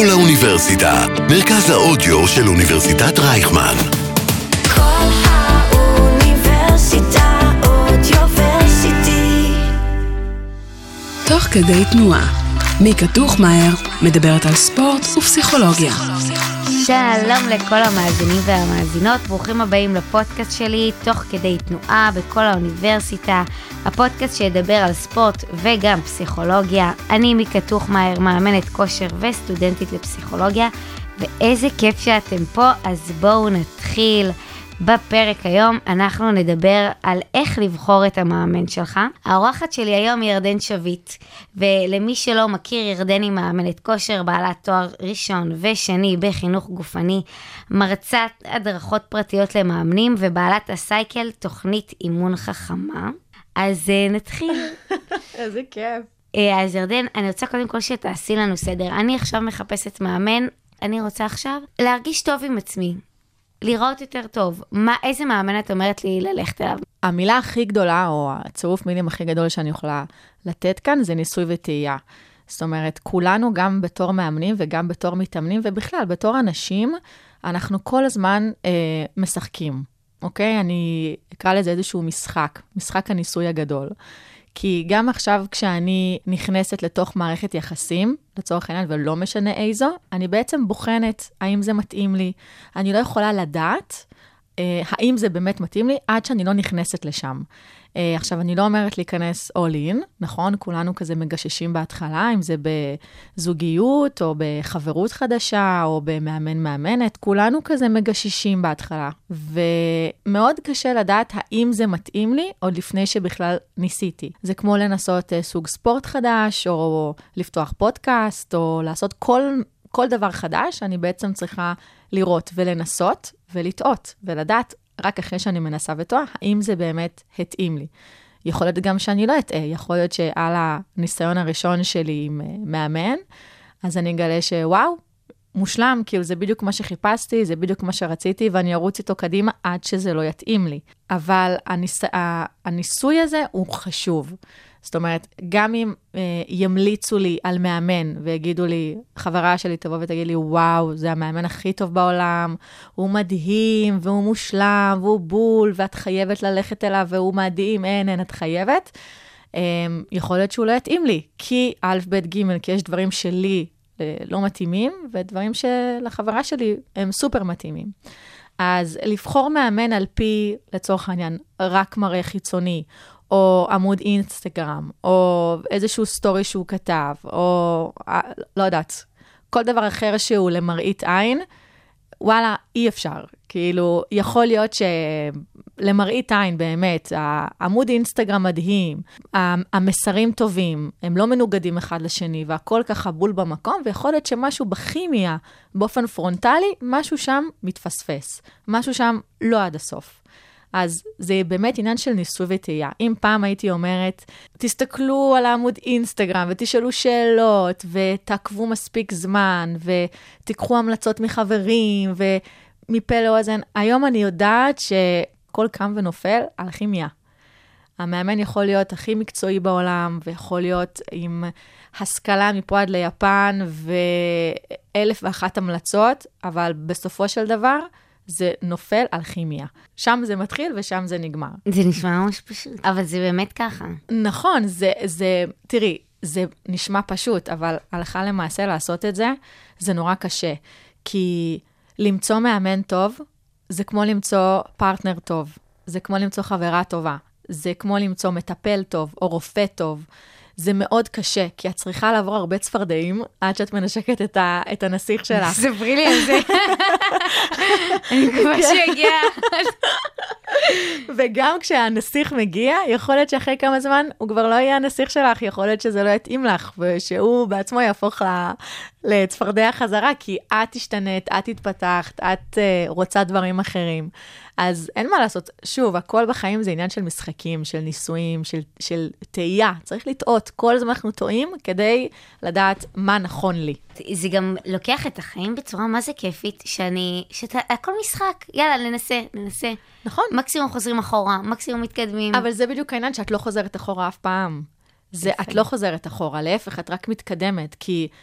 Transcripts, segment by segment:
כל האוניברסיטה, מרכז האודיו של אוניברסיטת רייכמן. כל האוניברסיטה אודיוורסיטי. תוך כדי תנועה, מיקה טוחמאייר מדברת על ספורט ופסיכולוגיה. שלום לכל המאזינים והמאזינות, ברוכים הבאים לפודקאסט שלי, תוך כדי תנועה בכל האוניברסיטה, הפודקאסט שידבר על ספורט וגם פסיכולוגיה. אני מיקה טוחמאייר, מאמנת כושר וסטודנטית לפסיכולוגיה, ואיזה כיף שאתם פה, אז בואו נתחיל. בפרק היום אנחנו נדבר על איך לבחור את המאמן שלך. האורחת שלי היום היא ירדן שביט, ולמי שלא מכיר, ירדן היא מאמנת כושר, בעלת תואר ראשון ושני בחינוך גופני, מרצת הדרכות פרטיות למאמנים, ובעלת הסייקל, תוכנית אימון חכמה. אז נתחיל. איזה כיף. אז ירדן, אני רוצה קודם כל שתעשי לנו סדר. אני עכשיו מחפשת מאמן, אני רוצה עכשיו להרגיש טוב עם עצמי. לראות יותר טוב. איזה מאמן את אומרת לי ללכת אליו? המילה הכי גדולה, או הצירוף מילים הכי גדול שאני יכולה לתת כאן, זה ניסוי וטעייה. זאת אומרת, כולנו גם בתור מאמנים וגם בתור מתאמנים, ובכלל, בתור אנשים, אנחנו כל הזמן משחקים. אוקיי? אני אקרא לזה איזשהו משחק הניסוי הגדול. כי גם עכשיו כשאני נכנסת לתוך מערכת יחסים, לצורך העניין ולא משנה איזו, אני בעצם בוחנת האם זה מתאים לי. אני לא יכולה לדעת האם זה באמת מתאים לי עד שאני לא נכנסת לשם. עכשיו, אני לא אומרת להיכנס all in, נכון? כולנו כזה מגששים בהתחלה, אם זה בזוגיות או בחברות חדשה או במאמן-מאמנת, כולנו כזה מגששים בהתחלה. ומאוד קשה לדעת האם זה מתאים לי עוד לפני שבכלל ניסיתי. זה כמו לנסות סוג ספורט חדש, או לפתוח פודקאסט, או לעשות כל דבר חדש, אני בעצם צריכה לראות ולנסות ולטעות ולדעת רק אחרי שאני מנסה וטועה, האם זה באמת התאים לי. יכול להיות גם שאני לא אטעה, יכול להיות שעל הניסיון הראשון שלי עם מאמן, אז אני אגלה שוואו, מושלם, כאילו זה בדיוק מה שחיפשתי, זה בדיוק מה שרציתי, ואני ארוץ איתו קדימה עד שזה לא יתאים לי. אבל הניסוי הזה הוא חשוב. זאת אומרת, גם אם ימליצו לי על מאמן ויגידו לי, חברה שלי תבוא ותגיד לי, וואו, זה המאמן הכי טוב בעולם, הוא מדהים והוא מושלם והוא בול ואת חייבת ללכת אליו והוא מדהים, אין, את חייבת. יכול להיות שהוא לא יתאים לי, כי א', ב', ג', כי יש דברים שלי לא מתאימים ודברים שלחברה שלי הם סופר מתאימים. אז לבחור מאמן על פי, לצורך העניין, רק מראה חיצוני, או עמוד אינסטגרם, או איזשהו סטורי שהוא כתב, או לא יודעת, כל דבר אחר שהוא למראית עין, וואלה, אי אפשר. כאילו, יכול להיות שלמראית עין באמת, העמוד אינסטגרם מדהים, המסרים טובים, הם לא מנוגדים אחד לשני, והכל ככה בול במקום, ויכול להיות שמשהו בכימיה, באופן פרונטלי, משהו שם מתפספס. משהו שם לא עד הסוף. אז זה באמת עניין של ניסוי וטעייה. אם פעם הייתי אומרת, תסתכלו על העמוד אינסטגרם ותשאלו שאלות ותעקבו מספיק זמן ותיקחו המלצות מחברים ומפה לאוזן, היום אני יודעת שכל קם ונופל על כימיה. המאמן יכול להיות הכי מקצועי בעולם ויכול להיות עם השכלה מפה עד ליפן ו1,001 המלצות, אבל בסופו של דבר, זה נופל על כימיה. שם זה מתחיל ושם זה נגמר. זה נשמע ממש פשוט, אבל זה באמת ככה. נכון, תראי, זה נשמע פשוט, אבל הלכה למעשה לעשות את זה, זה נורא קשה. כי למצוא מאמן טוב, זה כמו למצוא פרטנר טוב, זה כמו למצוא חברה טובה, זה כמו למצוא מטפל טוב או רופא טוב. זה מאוד קשה, כי את צריכה לעבור הרבה צפרדעים, עד שאת מנשקת את הנסיך שלך. ספרי לי על זה. אני מקווה שיגיע. וגם כשהנסיך מגיע, יכול להיות שאחרי כמה זמן, הוא כבר לא יהיה הנסיך שלך, יכול להיות שזה לא יתאים לך, ושהוא בעצמו יהפוך לצפרדע חזרה, כי את השתנית, את התפתחת, את רוצה דברים אחרים. אז אין מה לעשות. שוב, הכל בחיים זה עניין של משחקים, של ניסויים, של תהייה. צריך לטעות. כל הזמן אנחנו טועים כדי לדעת מה נכון לי. זה גם לוקח את החיים בצורה מה זה כיפית, הכל משחק. יאללה, ננסה. נכון. מקסימום חוזרים אחורה, מקסימום מתקדמים. אבל זה בדיוק העניין שאת לא חוזרת אחורה אף פעם. את לא חוזרת אחורה, להפך, את רק מתקדמת, כי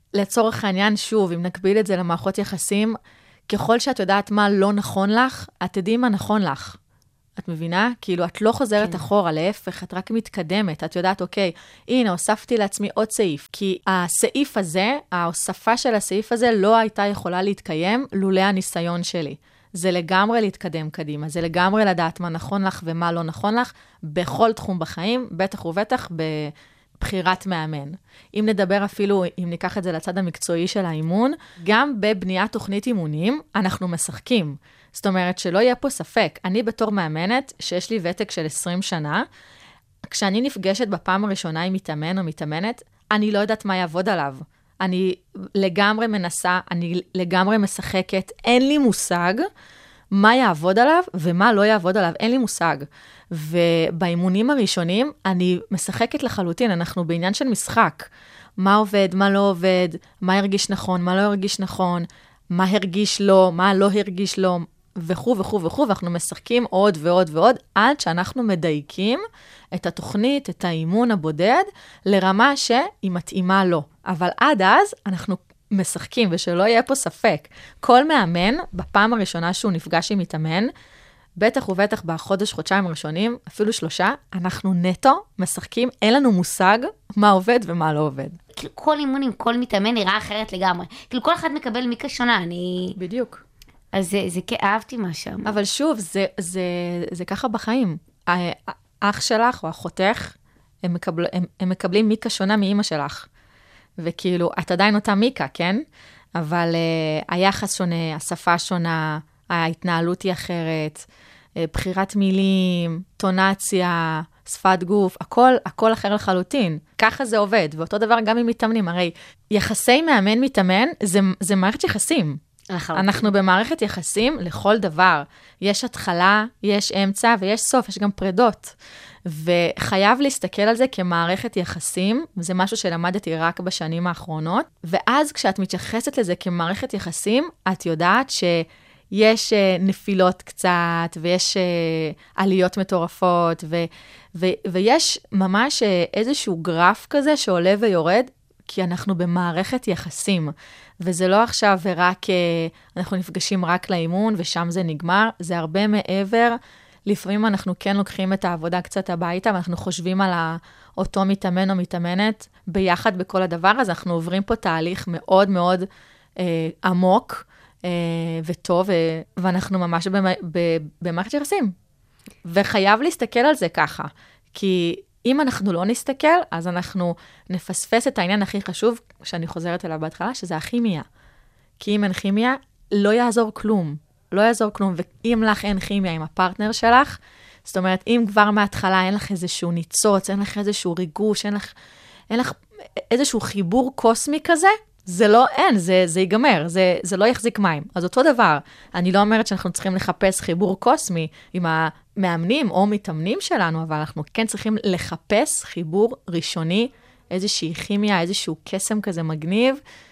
לצורך העניין, שוב, אם נקביל את זה למערכות יחסים, ככל שאת יודעת מה לא נכון לך, את תדעי מה נכון לך. את מבינה? כאילו, את לא חוזרת אחורה, להפך, את רק מתקדמת. את יודעת, אוקיי, הנה, הוספתי לעצמי עוד סעיף. כי הסעיף הזה, ההוספה של הסעיף הזה, לא הייתה יכולה להתקיים לולא הניסיון שלי. זה לגמרי להתקדם קדימה, זה לגמרי לדעת מה נכון לך ומה לא נכון לך, בכל תחום בחיים, בטח ובטח בבחירת מאמן. אם נדבר אפילו, אם ניקח את זה לצד המקצועי של האימון, גם בבניית תוכנית אימונים, אנחנו משחקים. זאת אומרת, שלא יהיה פה ספק. אני בתור מאמנת, שיש לי ותק של 20 שנה, כשאני נפגשת בפעם הראשונה עם מתאמן או מתאמנת, אני לא יודעת מה יעבוד עליו. אני לגמרי מנסה, אני לגמרי משחקת, אין לי מושג מה יעבוד עליו ומה לא יעבוד עליו, אין לי מושג. ובאימונים הראשונים אני משחקת לחלוטין, אנחנו בעניין של משחק. מה עובד, מה לא עובד, מה הרגיש נכון, מה לא הרגיש נכון, מה הרגיש לו, מה לא הרגיש לו, וכו' וכו' וכו', ואנחנו משחקים עוד ועוד ועוד, עד שאנחנו מדייקים את התוכנית, את האימון הבודד, לרמה שהיא מתאימה לו. אבל עד אז אנחנו משחקים, ושלא יהיה פה ספק. כל מאמן, בפעם הראשונה שהוא נפגש עם מתאמן, בטח ובטח בחודש, חודשיים הראשונים, אפילו 3, אנחנו נטו משחקים, אין לנו מושג מה עובד ומה לא עובד. כאילו כל אימון עם כל מתאמן נראה אחרת לגמרי. כאילו כל אחד מקבל מיקה שונה, אני... בדיוק. אז זה אהבתי מה שם. אבל שוב, זה ככה בחיים. האח שלך או אחותך, הם מקבלים מיקה שונה מאמא שלך. וכאילו, את עדיין אותה מיקה, כן? אבל היחס שונה, השפה שונה, ההתנהלות היא אחרת, בחירת מילים, טונציה, שפת גוף, הכל אחר לחלוטין. ככה זה עובד, ואותו דבר גם עם מתאמנים. הרי יחסי מאמן-מתאמן זה מערכת יחסים. אנחנו במערכת יחסים לכל דבר. יש התחלה, יש אמצע ויש סוף, יש גם פרדות. וחייב להסתכל על זה כמערכת יחסים, זה משהו שלמדתי רק בשנים האחרונות, ואז כשאת מתייחסת לזה כמערכת יחסים, את יודעת שיש נפילות קצת, ויש עליות מטורפות, ויש ממש איזשהו גרף כזה שעולה ויורד, כי אנחנו במערכת יחסים, וזה לא עכשיו ורק, אנחנו נפגשים רק לאימון, ושם זה נגמר, זה הרבה מעבר. לפעמים אנחנו כן לוקחים את העבודה קצת הביתה, ואנחנו חושבים על אותו מתאמן או מתאמנת, ביחד בכל הדבר, אז אנחנו עוברים פה תהליך מאוד מאוד עמוק וטוב, ואנחנו ממש במערכת יחסים. וחייב להסתכל על זה ככה, כי אם אנחנו לא נסתכל, אז אנחנו נפספס את העניין הכי חשוב, שאני חוזרת אליו בהתחלה, שזה הכימיה. כי אם אין כימיה, לא יעזור כלום. לא יעזור כלום. ואם לך אין כימיה עם הפרטנר שלך, זאת אומרת, אם כבר מההתחלה אין לך איזשהו ניצוץ, אין לך איזשהו ריגוש, אין לך איזשהו חיבור קוסמי כזה, זה לא, אין, זה ייגמר, זה לא יחזיק מים. אז אותו דבר, אני לא אומרת שאנחנו צריכים לחפש חיבור קוסמי עם המאמנים או מתאמנים שלנו, אבל אנחנו כן צריכים לחפש חיבור ראשוני, איזושהי כימיה, איזשהו קסם כזה מגניב,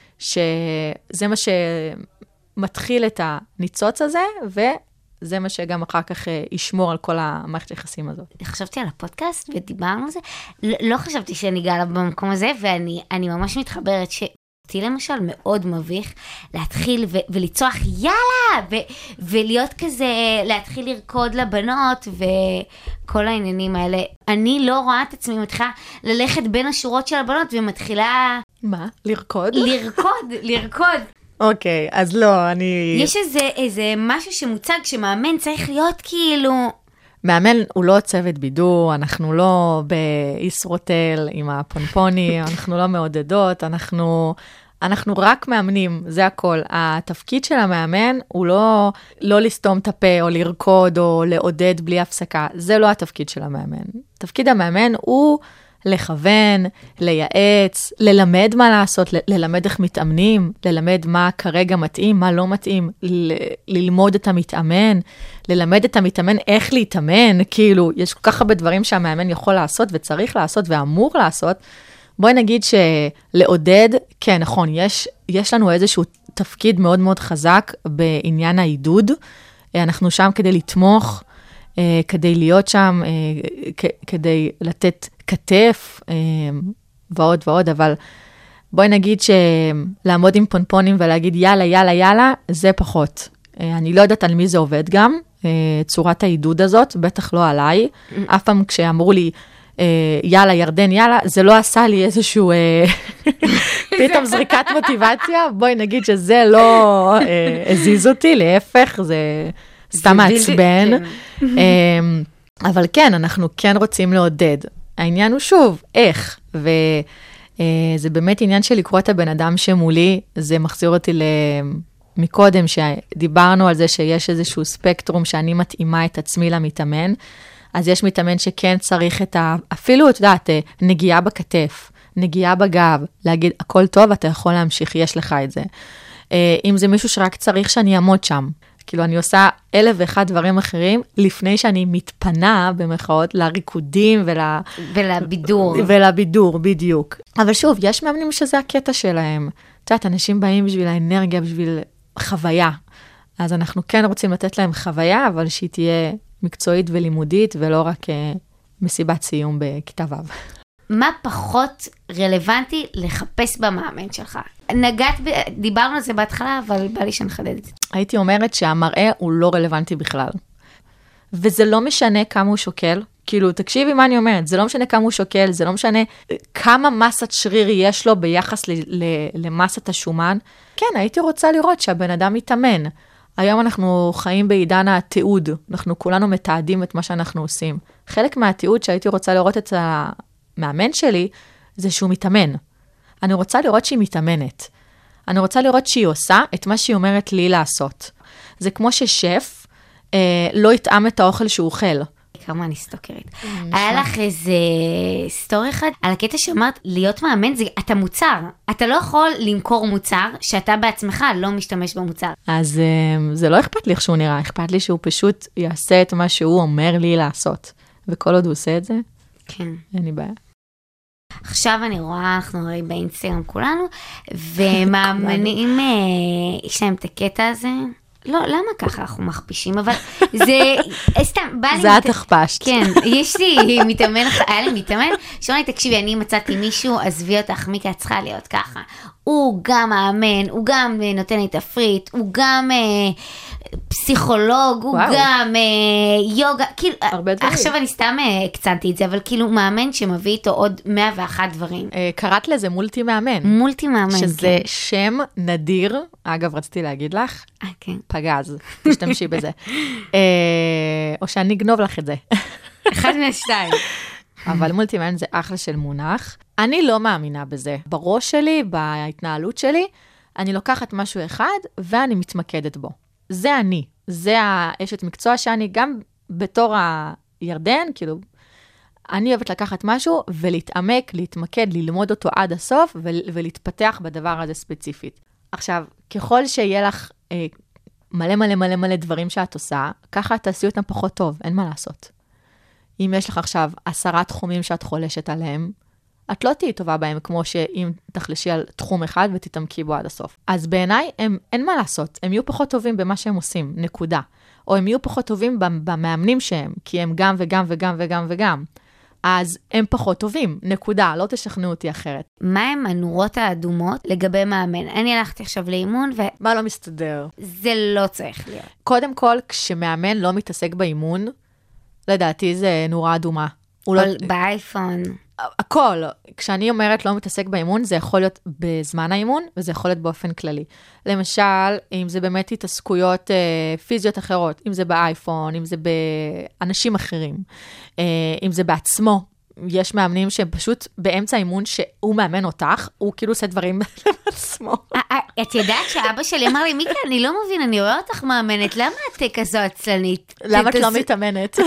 שזה מה שמתחיל את הניצוץ הזה, וזה מה שגם אחר כך ישמור על כל המערכת היחסים הזאת. חשבתי על הפודקאסט ודיברנו על זה, לא חשבתי שאני גאה במקום הזה, ואני ממש מתחברת אותי למשל מאוד מביך להתחיל ולצוח יאללה, ולהיות כזה, להתחיל לרקוד לבנות וכל העניינים האלה. אני לא רואה את עצמי מתחילה ללכת בין השורות של הבנות ומתחילה... מה? לרקוד? לרקוד. אוקיי, אז לא, אני... יש איזה משהו שמוצג שמאמן צריך להיות כאילו... מאמן הוא לא צוות בידור, אנחנו לא בישרוטל עם הפונפוני, אנחנו לא מעודדות, אנחנו רק מאמנים, זה הכל. התפקיד של המאמן הוא לא לסתום את הפה או לרקוד או לעודד בלי הפסקה, זה לא התפקיד של המאמן. תפקיד המאמן הוא לכוון, לייעץ, ללמד מה לעשות, ללמד איך מתאמנים, ללמד מה כרגע מתאים, מה לא מתאים, ללמוד את המתאמן, ללמד את המתאמן איך להתאמן, כאילו, יש כל כך הרבה דברים שהמאמן יכול לעשות וצריך לעשות ואמור לעשות. בואי נגיד שלעודד, כן, נכון, יש לנו איזשהו תפקיד מאוד מאוד חזק בעניין העידוד, אנחנו שם כדי לתמוך, כדי להיות שם, כדי לתת כתף ועוד ועוד, אבל בואי נגיד שלעמוד עם פונפונים ולהגיד יאללה, יאללה, יאללה, זה פחות. אני לא יודעת על מי זה עובד גם, צורת העידוד הזאת, בטח לא עליי. אף פעם כשאמרו לי, יאללה, ירדן, יאללה, זה לא עשה לי איזשהו פתאום זריקת מוטיבציה, בואי נגיד שזה לא הזיז אותי, להפך, זה סתם מעצבן. אבל כן, אנחנו כן רוצים לעודד. העניין הוא שוב, איך, וזה באמת עניין של לקרוא את הבן אדם שמולי, זה מחזיר אותי מקודם, שדיברנו על זה שיש איזשהו ספקטרום שאני מתאימה את עצמי למתאמן, אז יש מתאמן שכן צריך אפילו, את יודעת, נגיעה בכתף, נגיעה בגב, להגיד, הכל טוב, אתה יכול להמשיך, יש לך את זה. אם זה מישהו שרק צריך שאני אעמוד שם, כאילו אני עושה 1,001 דברים אחרים, לפני שאני מתפנה, במחאות, לריקודים ולבידור. ולבידור, בדיוק. אבל שוב, יש מאמנים שזה הקטע שלהם. את יודעת, אנשים באים בשביל האנרגיה, בשביל חוויה. אז אנחנו כן רוצים לתת להם חוויה, אבל שהיא תהיה מקצועית ולימודית, ולא רק מסיבת סיום בכיתה ו'. מה פחות רלוונטי לחפש במאמן שלך? דיברנו על זה בהתחלה, אבל בא לי שנחדד את זה. הייתי אומרת שהמראה הוא לא רלוונטי בכלל. וזה לא משנה כמה הוא שוקל. כאילו, תקשיבי מה אני אומרת, זה לא משנה כמה הוא שוקל, זה לא משנה כמה מסת שריר יש לו ביחס למסת השומן. כן, הייתי רוצה לראות שהבן אדם מתאמן. היום אנחנו חיים בעידן התיעוד, אנחנו כולנו מתעדים את מה שאנחנו עושים. חלק מהתיעוד שהייתי רוצה לראות את המאמן שלי, זה שהוא מתאמן. אני רוצה לראות שהיא מתאמנת. אני רוצה לראות שהיא עושה את מה שהיא אומרת לי לעשות. זה כמו ששף לא יטעם את האוכל שהוא אוכל. כמה אני סטוקרית. היה לך איזה סטורי אחד על הקטע שאמרת, להיות מאמן, אתה מוצר. אתה לא יכול למכור מוצר שאתה בעצמך לא משתמש במוצר. אז זה לא אכפת לי איך שהוא נראה, אכפת לי שהוא פשוט יעשה את מה שהוא אומר לי לעשות. וכל עוד הוא עושה את זה, כן. אין לי בעיה. עכשיו אני רואה, אנחנו הרי באינסטגרם כולנו, ומאמנים, יש להם את הקטע הזה. לא, למה ככה אנחנו מכפישים? אבל זה, סתם, בא לי... זה את הכפשת. כן, יש לי מתאמן, היה לי מתאמן, שאומר לי, תקשיבי, אני מצאתי מישהו, עזבי אותך, מיקה צריכה להיות ככה. הוא גם מאמן, הוא גם נותן לי תפריט, הוא גם פסיכולוג, הוא גם יוגה, כאילו, עכשיו אני סתם הקצנתי את זה, אבל כאילו מאמן שמביא איתו עוד 101 דברים. קראת לזה מולטי מאמן. מולטי מאמן, כן. שזה שם נדיר, אגב, רציתי להגיד לך, כן. פגז, תשתמשי בזה. או שאני אגנוב לך את זה. אחד מהשתיים. אבל מולטי מאמן זה אחלה של מונח. אני לא מאמינה בזה. בראש שלי, בהתנהלות שלי, אני לוקחת משהו אחד ואני מתמקדת בו. זה אני. זה האשת מקצוע שאני גם בתור הירדן, כאילו, אני אוהבת לקחת משהו ולהתעמק, להתמקד, ללמוד אותו עד הסוף ולהתפתח בדבר הזה ספציפית. עכשיו, ככל שיהיה לך מלא מלא מלא מלא דברים שאת עושה, ככה תעשי אותם פחות טוב, אין מה לעשות. אם יש לך עכשיו 10 תחומים שאת חולשת עליהם, את לא תהיי טובה בהם, כמו שאם תחלשי על תחום אחד ותתעמקי בו עד הסוף. אז בעיניי, אין מה לעשות. הם יהיו פחות טובים במה שהם עושים, נקודה. או הם יהיו פחות טובים במאמנים שהם, כי הם גם וגם וגם וגם וגם. אז הם פחות טובים, נקודה, לא תשכנעו אותי אחרת. מה הם הנורות האדומות לגבי מאמן? אני הלכתי עכשיו לאימון מה לא מסתדר? זה לא צריך להיות. קודם כל, כשמאמן לא מתעסק באימון, לדעתי זה נורה אדומה. באייפון. הכל. כשאני אומרת לא מתעסק באימון, זה יכול להיות בזמן האימון, וזה יכול להיות באופן כללי. למשל, אם זה באמת התעסקויות פיזיות אחרות, אם זה באייפון, אם זה באנשים אחרים, אם זה בעצמו, יש מאמנים שהם פשוט באמצע האימון שהוא מאמן אותך, הוא כאילו עושה דברים בעצמו. את יודעת שאבא שלי אמר לי, מיקה, אני לא מבין, אני רואה אותך מאמנת, למה את כזו עצלנית? למה את לא מתאמנת?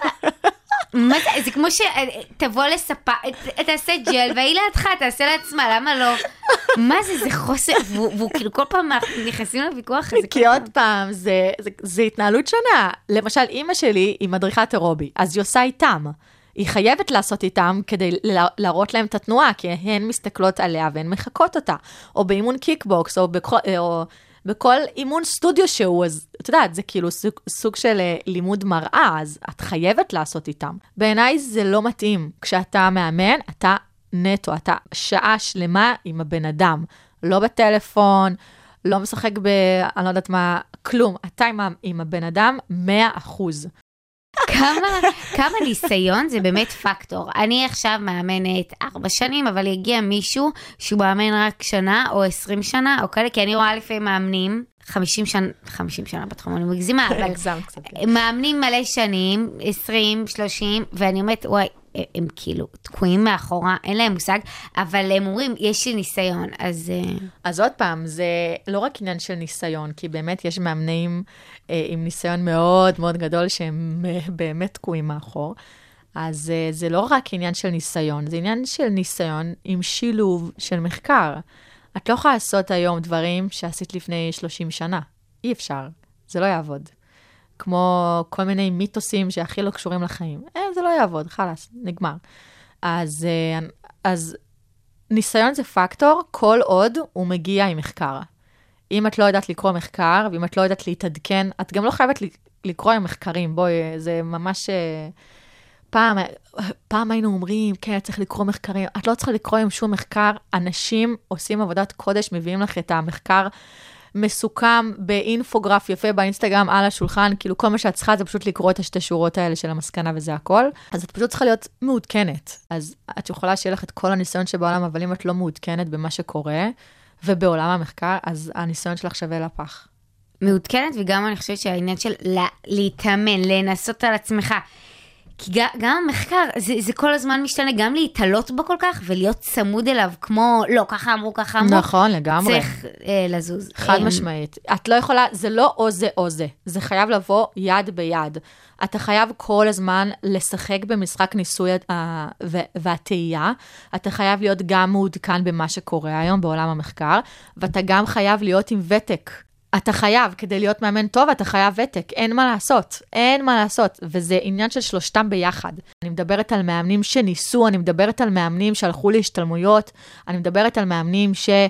מה זה? זה כמו שתבוא לספה, תעשה ג'ל, והיא לידך, תעשה לעצמה, למה לא? מה זה? זה חוסר, והוא כאילו כל פעם נכנסים לוויכוח הזה. כי עוד פעם, זה התנהלות שונה. למשל, אמא שלי היא מדריכת אירובי, אז היא עושה איתם. היא חייבת לעשות איתם כדי להראות להם את התנועה, כי הן מסתכלות עליה והן מחכות אותה. או באימון קיקבוקס, או בכל אימון סטודיו שהוא, אז את יודעת, זה כאילו סוג של לימוד מראה, אז את חייבת לעשות איתם. בעיניי זה לא מתאים. כשאתה מאמן, אתה נטו, אתה שעה שלמה עם הבן אדם, לא בטלפון, לא משחק אני לא יודעת מה, כלום, אתה עם הבן אדם 100%. כמה ניסיון זה באמת פקטור. אני עכשיו מאמנת 4 שנים, אבל יגיע מישהו שהוא מאמן רק שנה או 20 שנה, או כאלה, כי אני רואה לפעמים מאמנים 50 שנה בתחום, אני מגזימה, אבל מאמנים מלא שנים, 20, 30, ואני אומרת, וואי, הם כאילו תקועים מאחורה, אין להם מושג, אבל הם אומרים, יש לי ניסיון, אז עוד פעם, זה לא רק עניין של ניסיון, כי באמת יש מאמנים עם ניסיון מאוד מאוד גדול, שהם באמת תקועים מאחור, אז זה לא רק עניין של ניסיון, זה עניין של ניסיון עם שילוב של מחקר. את לא יכולה לעשות היום דברים שעשית לפני 30 שנה, אי אפשר, זה לא יעבוד. כמו כל מיני מיתוסים שהכי לא קשורים לחיים. זה לא יעבוד, חלס, נגמר. אז ניסיון זה פקטור, כל עוד הוא מגיע עם מחקר. אם את לא יודעת לקרוא מחקר, ואם את לא יודעת להתעדכן, את גם לא חייבת לקרוא עם מחקרים. בואי, זה ממש... פעם היינו אומרים, כן, צריך לקרוא מחקרים. את לא צריכה לקרוא עם שום מחקר. אנשים עושים עבודת קודש, מביאים לך את המחקר מסוכם באינפוגרף יפה באינסטגרם על השולחן, כאילו כל מה שאת צריכה זה פשוט לקרוא את השתי שורות האלה של המסקנה וזה הכל. אז את פשוט צריכה להיות מעודכנת. אז את יכולה שיהיה לך את כל הניסיון שבעולם, אבל אם את לא מעודכנת במה שקורה, ובעולם המחקר, אז הניסיון שלך שווה לפח. מעודכנת, וגם אני חושבת שהעניין של להתאמן, לנסות על עצמך, כי גם המחקר, זה כל הזמן משתנה, גם להתעלות בו כל כך, ולהיות צמוד אליו, כמו, לא, ככה אמרו, ככה אמרו. נכון, לגמרי. צריך לזוז. חד משמעית. את לא יכולה, זה לא או זה או זה. זה חייב לבוא יד ביד. אתה חייב כל הזמן לשחק במשחק ניסוי והתאייה. אתה חייב להיות גם מעודכן במה שקורה היום בעולם המחקר, ואתה גם חייב להיות עם ותק. אתה חייב, כדי להיות מאמן טוב, אתה חייב ותק, אין מה לעשות, אין מה לעשות, וזה עניין של שלושתם ביחד. אני מדברת על מאמנים שניסו, אני מדברת על מאמנים שהלכו להשתלמויות, אני מדברת על מאמנים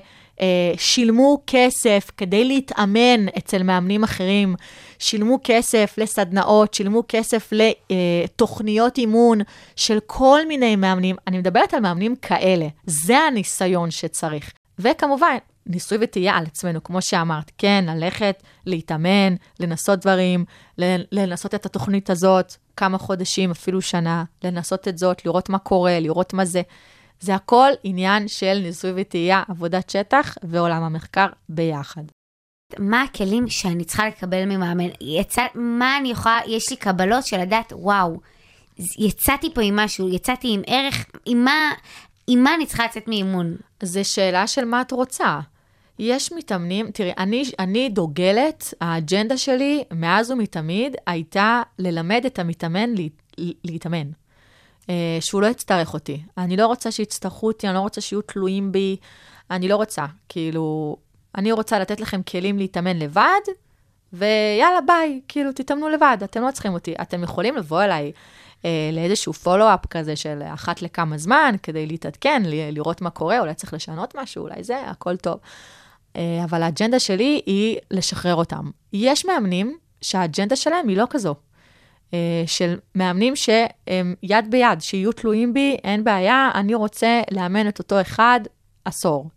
ששילמו כסף כדי להתאמן אצל מאמנים אחרים, שילמו כסף לסדנאות, שילמו כסף לתוכניות אימון של כל מיני מאמנים, אני מדברת על מאמנים כאלה, זה הניסיון שצריך. וכמובן, ניסוי ותהיה על עצמנו, כמו שאמרת, כן, ללכת, להתאמן, לנסות דברים, לנסות את התוכנית הזאת, כמה חודשים, אפילו שנה, לנסות את זאת, לראות מה קורה, לראות מה זה. זה הכל עניין של ניסוי ותהיה, עבודת שטח ועולם המחקר ביחד. מה הכלים שאני צריכה לקבל ממאמן? מה אני יכולה, יש לי קבלות של לדעת, וואו, יצאתי פה עם משהו, יצאתי עם ערך, עם מה אני צריכה לצאת מאימון? זה שאלה של מה את רוצה. יש מתאמנים, תראי, אני דוגלת, האג'נדה שלי מאז ומתמיד הייתה ללמד את המתאמן להתאמן. שהוא לא יצטרך אותי. אני לא רוצה שיצטרכו אותי, אני לא רוצה שיהיו תלויים בי, אני לא רוצה. כאילו, אני רוצה לתת לכם כלים להתאמן לבד, ויאללה ביי, כאילו תתאמנו לבד, אתם לא צריכים אותי. אתם יכולים לבוא אליי לאיזשהו פולו-אפ כזה של אחת לכמה זמן, כדי להתעדכן, לראות מה קורה, אולי צריך לשנות משהו, אולי זה, הכל טוב. אבל האג'נדה שלי היא לשחרר אותם. יש מאמנים שהאג'נדה שלהם היא לא כזו. של מאמנים שהם יד ביד, שיהיו תלויים בי, אין בעיה, אני רוצה לאמן את אותו אחד עשור.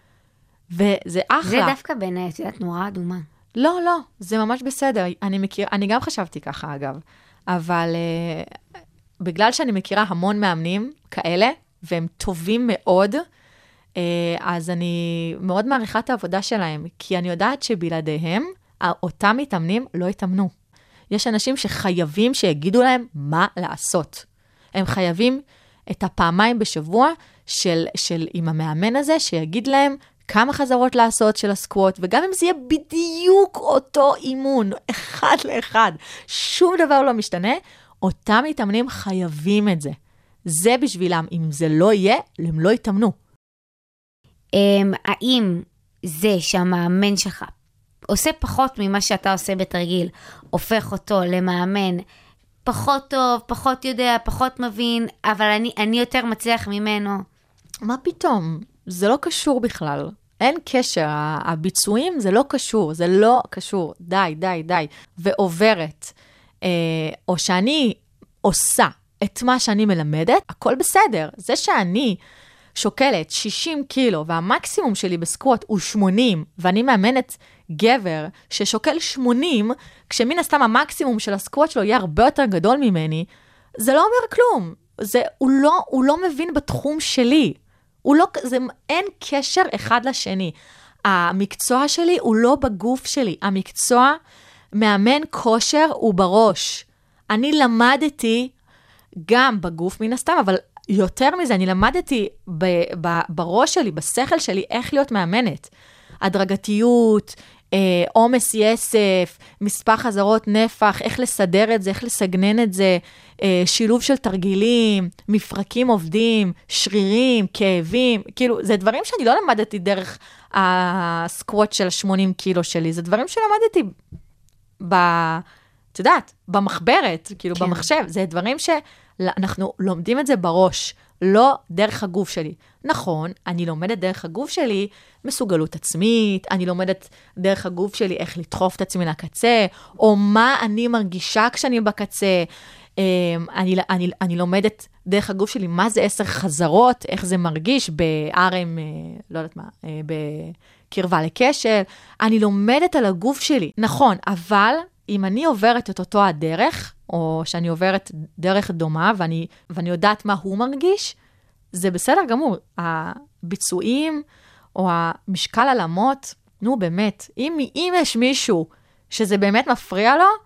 וזה אחלה. זה דווקא בעיניי, את יודעת, נורא אדומה. לא, לא, זה ממש בסדר. אני גם חשבתי ככה, אגב. אבל בגלל שאני מכירה המון מאמנים כאלה, והם טובים מאוד, אז אני מאוד מעריכה את העבודה שלהם, כי אני יודעת שבלעדיהם, אותם מתאמנים לא יתאמנו. יש אנשים שחייבים שיגידו להם מה לעשות. הם חייבים את הפעמיים בשבוע של עם המאמן הזה, שיגיד להם כמה חזרות לעשות של הסקווט, וגם אם זה יהיה בדיוק אותו אימון, אחד לאחד, שום דבר לא משתנה, אותם מתאמנים חייבים את זה. זה בשבילם, אם זה לא יהיה, הם לא יתאמנו. האם זה שהמאמן שלך עושה פחות ממה שאתה עושה בתרגיל, הופך אותו למאמן פחות טוב, פחות יודע, פחות מבין, אבל אני יותר מצליח ממנו? מה פתאום? זה לא קשור בכלל. אין קשר, הביצועים זה לא קשור, זה לא קשור. די, די, די. ועוברת. או שאני עושה את מה שאני מלמדת, הכל בסדר. זה שאני שוקלת 60 קילו, והמקסימום שלי בסקווט הוא 80, ואני מאמנת גבר ששוקל 80, כשמן הסתם המקסימום של הסקווט שלו יהיה הרבה יותר גדול ממני, זה לא אומר כלום. הוא לא מבין בתחום שלי. אין קשר אחד לשני. המקצוע שלי הוא לא בגוף שלי. המקצוע מאמן כושר הוא בראש. אני למדתי גם בגוף מן הסתם, אבל יותר מזה, אני למדתי בראש שלי, בשכל שלי, איך להיות מאמנת. הדרגתיות, עומס יסף, מספר חזרות נפח, איך לסדר את זה, איך לסגנן את זה, שילוב של תרגילים, מפרקים עובדים, שרירים, כאבים, כאילו, זה דברים שאני לא למדתי דרך הסקווט של 80 קילו שלי, זה דברים שלמדתי את יודעת, במחברת, כאילו כן. במחשב, זה דברים שאנחנו לומדים את זה בראש, לא דרך הגוף שלי. נכון, אני לומדת דרך הגוף שלי מסוגלות עצמית, אני לומדת דרך הגוף שלי איך לדחוף את עצמי לקצה, או מה אני מרגישה כשאני בקצה, אני לומדת דרך הגוף שלי מה זה 10 חזרות, איך זה מרגיש בארם, לא יודעת מה, בקרבה לקשל, אני לומדת על הגוף שלי, נכון, אבל אם אני עוברת את אותו הדרך, או שאני עוברת דרך דומה, ואני יודעת מה הוא מרגיש, זה בסדר גמור. הביצועים, או המשקל על אמות, נו באמת, אם יש מישהו שזה באמת מפריע לו,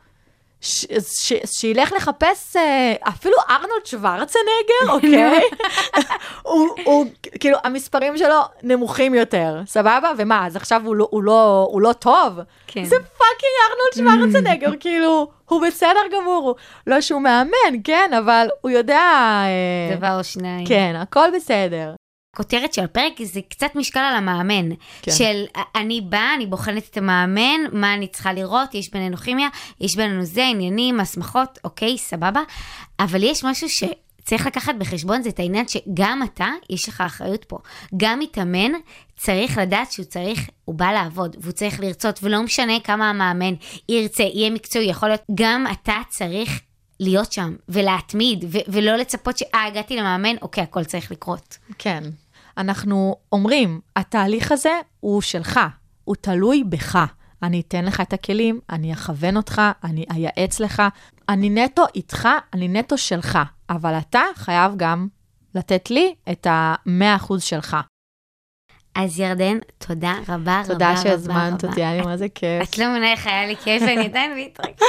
שילך לחפש אפילו ארנולד שוורצנגר, אוקיי? כאילו, המספרים שלו נמוכים יותר, סבבה? ומה, אז עכשיו הוא לא טוב? זה פאקינג ארנולד שוורצנגר, כאילו, הוא בסדר גמור, לא שהוא מאמן, כן, אבל הוא יודע... דבר או שניים. כן, הכל בסדר. הכותרת של הפרק זה קצת משקל על המאמן, כן. של אני באה, אני בוחנת את המאמן, מה אני צריכה לראות, יש בינינו כימיה, יש בינינו זה, עניינים, הסמכות, אוקיי, סבבה, אבל יש משהו שצריך לקחת בחשבון, זה את העניין שגם אתה, יש לך אחריות פה, גם מתאמן צריך לדעת הוא בא לעבוד, והוא צריך לרצות, ולא משנה כמה המאמן ירצה, יהיה מקצועי, יכול להיות, גם אתה צריך להיות שם, ולהתמיד, ולא לצפות הגעתי למאמן, אוקיי, הכל צריך לקרות. כן. אנחנו אומרים, התהליך הזה הוא שלך, הוא תלוי בך. אני אתן לך את הכלים, אני אכוון אותך, אני אייעץ לך, אני נטו איתך, אני נטו שלך, אבל אתה חייב גם לתת לי את ה100% שלך. אז ירדן, תודה רבה. תודה שהזמנת אותי, היה לי מה זה כיף. את לא מבינה איך היה לי כיף, ואני עדיין בהתרגשת.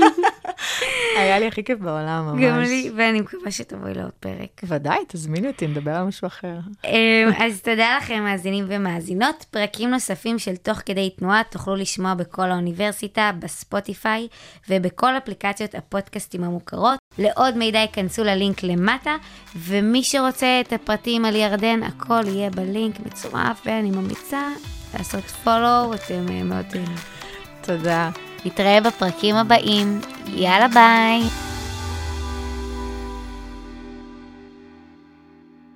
היה לי הכי כיף בעולם, ממש. גם לי, ואני מקווה שתבואי לעוד פרק. ודאי, תזמיני אותי, נדבר על משהו אחר. אז תודה לכם, מאזינים ומאזינות. פרקים נוספים של תוך כדי תנועה תוכלו לשמוע בכל האוניברסיטה, בספוטיפיי, ובכל אפליקציות הפודקאסטים המוכרות. לעוד מידע ייכנסו ללינק למטה, ומי שרוצה את הפרטים על ירדן, הכל יהיה בלינק מצורף, ואני ממליצה לעשות פולו, אתם מאוד... תודה. נתראה בפרקים הבאים. יאללה ביי.